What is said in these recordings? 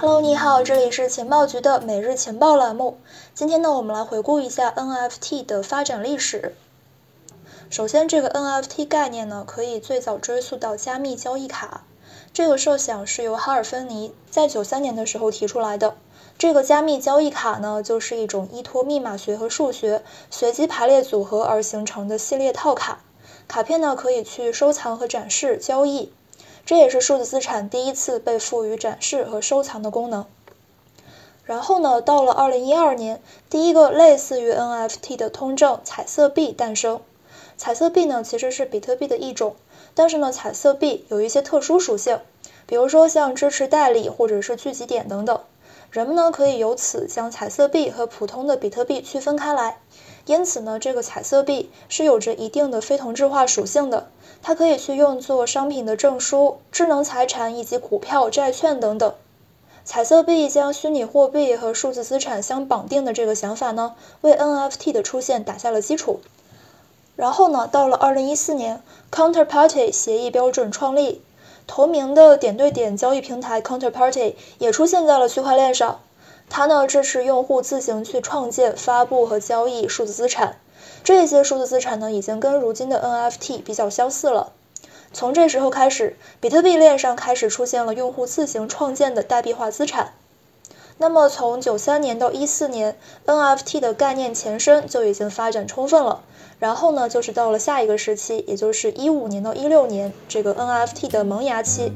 Hello， 你好，这里是情报局的每日情报栏目。今天呢，我们来回顾一下 NFT 的发展历史。首先，这个 NFT 概念呢，可以最早追溯到加密交易卡。这个设想是由哈尔芬尼在93年的时候提出来的。这个加密交易卡呢，就是一种依托密码学和数学随机排列组合而形成的系列套卡。卡片呢，可以去收藏和展示、交易。这也是数字资产第一次被赋予展示和收藏的功能。然后呢，到了2012年，第一个类似于 NFT 的通证彩色币诞生。彩色币呢，其实是比特币的一种，但是呢，彩色币有一些特殊属性，比如说像支持代理或者是聚集点等等。人们呢，可以由此将彩色币和普通的比特币区分开来。因此呢，这个彩色币是有着一定的非同质化属性的，它可以去用作商品的证书、智能财产以及股票、债券等等。彩色币将虚拟货币和数字资产相绑定的这个想法呢，为 NFT 的出现打下了基础。然后呢，到了2014年 ，Counterparty 协议标准创立，同名的点对点交易平台 Counterparty 也出现在了区块链上。它呢，支持用户自行去创建、发布和交易数字资产。这些数字资产呢，已经跟如今的 NFT 比较相似了。从这时候开始，比特币链上开始出现了用户自行创建的代币化资产。那么从93年到14年 ，NFT 的概念前身就已经发展充分了。然后呢，就是到了下一个时期，也就是15年到16年，这个 NFT 的萌芽期。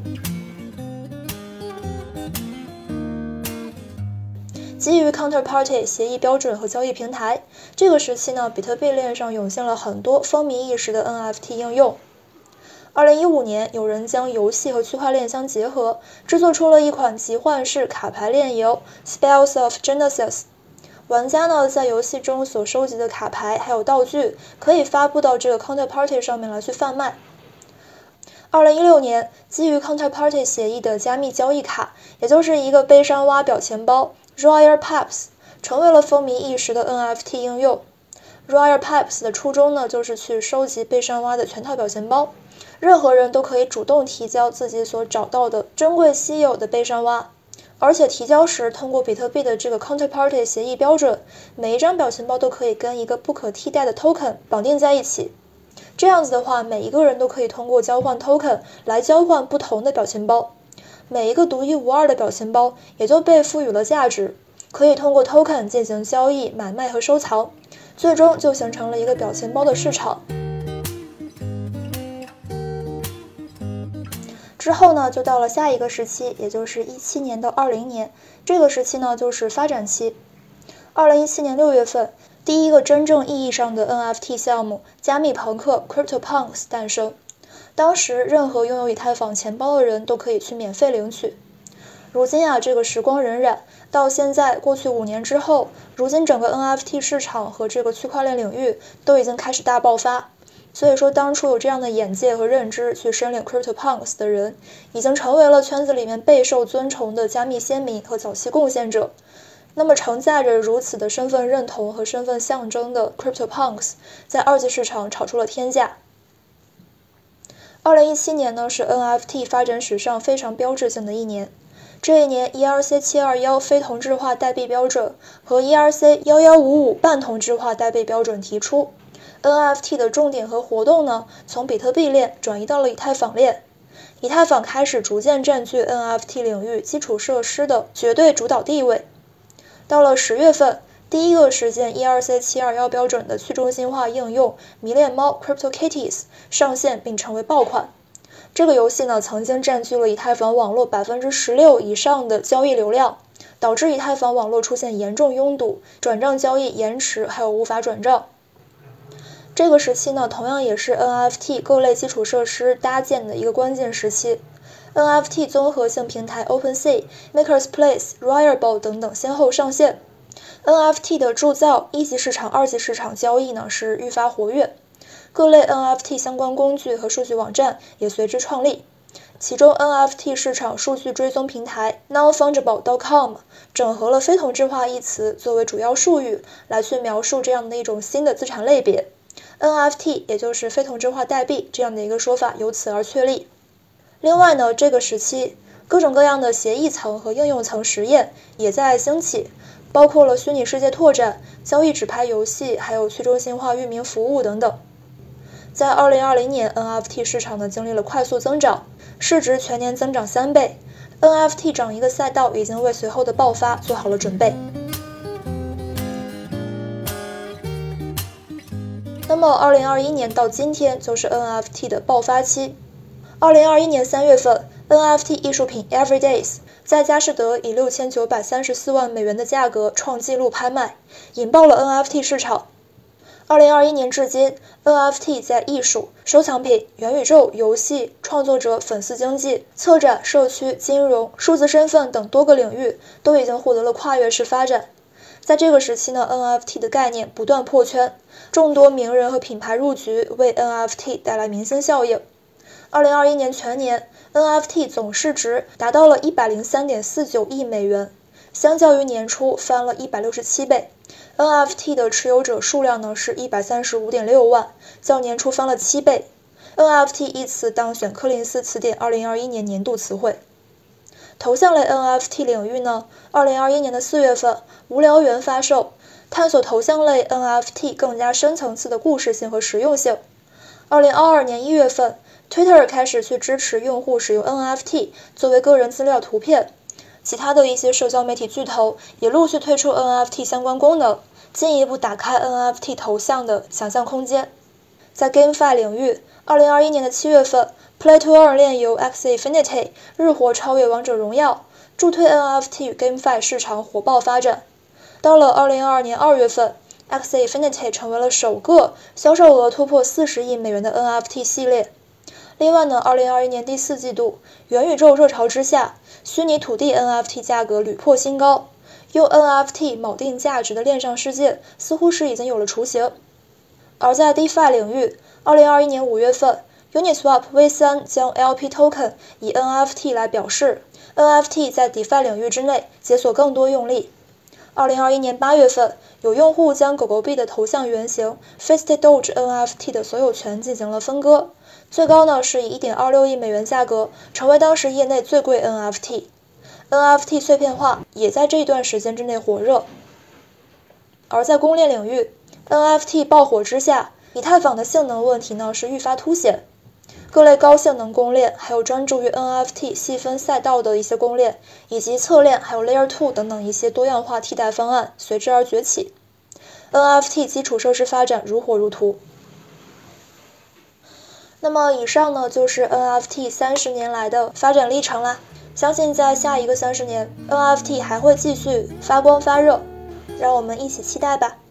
基于 Counterparty 协议标准和交易平台，这个时期呢，比特币链上涌现了很多风靡一时的 NFT 应用。2015年，有人将游戏和区块链相结合，制作出了一款集换式卡牌链游 Spells of Genesis。玩家呢，在游戏中所收集的卡牌还有道具，可以发布到这个 Counterparty 上面来去贩卖。2016年，基于 Counterparty 协议的加密交易卡，也就是一个悲伤蛙表钱包 Royal Paps 成为了风靡一时的 NFT 应用。Royal Paps 的初衷呢，就是去收集悲伤蛙的全套表钱包，任何人都可以主动提交自己所找到的珍贵稀有的悲伤蛙，而且提交时通过比特币的这个 Counterparty 协议标准，每一张表钱包都可以跟一个不可替代的 token 绑定在一起。这样子的话，每一个人都可以通过交换 token 来交换不同的表钱包。每一个独一无二的表钱包也就被赋予了价值，可以通过 token 进行交易、买卖和收藏，最终就形成了一个表钱包的市场。之后呢，就到了下一个时期，也就是17年到20年，这个时期呢就是发展期。2017年6月份，第一个真正意义上的 NFT 项目加密朋克 CryptoPunks 诞生。当时任何拥有以太坊钱包的人都可以去免费领取。如今啊，这个时光荏苒，到现在过去5年之后，如今整个 NFT 市场和这个区块链领域都已经开始大爆发。所以说，当初有这样的眼界和认知去申领 CryptoPunks 的人，已经成为了圈子里面备受尊崇的加密先民和早期贡献者。那么承载着如此的身份认同和身份象征的 CryptoPunks 在二级市场炒出了天价。2017年呢，是 NFT 发展史上非常标志性的一年。这一年 ERC-721 非同质化代币标准和 ERC-1155 半同质化代币标准提出， NFT 的重点和活动呢，从比特币链转移到了以太坊链。以太坊开始逐渐占据 NFT 领域基础设施的绝对主导地位。到了10月份，第一个实现 ERC-721 标准的去中心化应用迷恋猫 CryptoKitties 上线并成为爆款。这个游戏呢，曾经占据了以太坊网络 16% 以上的交易流量，导致以太坊网络出现严重拥堵、转账交易延迟，还有无法转账。这个时期呢，同样也是 NFT 各类基础设施搭建的一个关键时期。NFT 综合性平台 OpenSea、Maker's Place、Rarible 等等先后上线。NFT 的铸造、一级市场、二级市场交易呢是愈发活跃，各类 NFT 相关工具和数据网站也随之创立。其中 NFT 市场数据追踪平台 nonfungible.com 整合了非同质化一词作为主要术语来去描述这样的一种新的资产类别。NFT 也就是非同质化代币这样的一个说法由此而确立。另外呢，这个时期各种各样的协议层和应用层实验也在兴起，包括了虚拟世界拓展、交易纸牌游戏，还有去中心化域名服务等等。在2020年 NFT 市场呢经历了快速增长，市值全年增长3倍， NFT 整一个赛道已经为随后的爆发做好了准备。那么2021年到今天就是 NFT 的爆发期。2021年3月份 NFT 艺术品 Everydays 在佳士得以6934万美元的价格创纪录拍卖，引爆了 NFT 市场。2021年至今 NFT 在艺术、收藏品、元宇宙、游戏、创作者、粉丝经济、策展、社区、金融、数字身份等多个领域都已经获得了跨越式发展。在这个时期呢 NFT 的概念不断破圈，众多名人和品牌入局，为 NFT 带来明星效应。2021年全年 NFT 总市值达到了 103.49 亿美元，相较于年初翻了167倍。NFT 的持有者数量呢是 135.6 万，较年初翻了7倍。NFT 一词当选柯林斯词典2021年年度词汇。头像类 NFT 领域呢，2021年的4月份，无聊猿发售，探索头像类 NFT 更加深层次的故事性和实用性。2022年1月份，Twitter 开始去支持用户使用 NFT 作为个人资料图片，其他的一些社交媒体巨头也陆续推出 NFT 相关功能，进一步打开 NFT 头像的想象空间。在 GameFi 领域，2021年的7月份 Play to Earn 链游 Axie Infinity 日活超越王者荣耀，助推 NFT 与 GameFi 市场火爆发展。到了2022年2月份，Axie Infinity 成为了首个销售额突破40亿美元的 NFT 系列。另外呢，2021年第4季度，元宇宙热潮之下，虚拟土地 NFT 价格屡破新高，用 NFT 锚定价值的链上世界似乎是已经有了雏形。而在 DeFi 领域，2021年5月份 Uniswap V3 将 LP Token 以 NFT 来表示 ，NFT 在 DeFi 领域之内解锁更多用例。2021年8月份，有用户将狗狗币的头像原型 Feisty Doge NFT 的所有权进行了分割，最高呢是以 1.26 亿美元价格，成为当时业内最贵 NFT。NFT 碎片化也在这一段时间之内火热。而在公链领域 ，NFT 爆火之下，以太坊的性能问题呢是愈发凸显。各类高性能公链，还有专注于 NFT 细分赛道的一些公链，以及侧链还有 Layer 2等等一些多样化替代方案随之而崛起。NFT 基础设施发展如火如荼。那么以上呢就是 NFT 30年来的发展历程啦。相信在下一个30年 ，NFT 还会继续发光发热，让我们一起期待吧。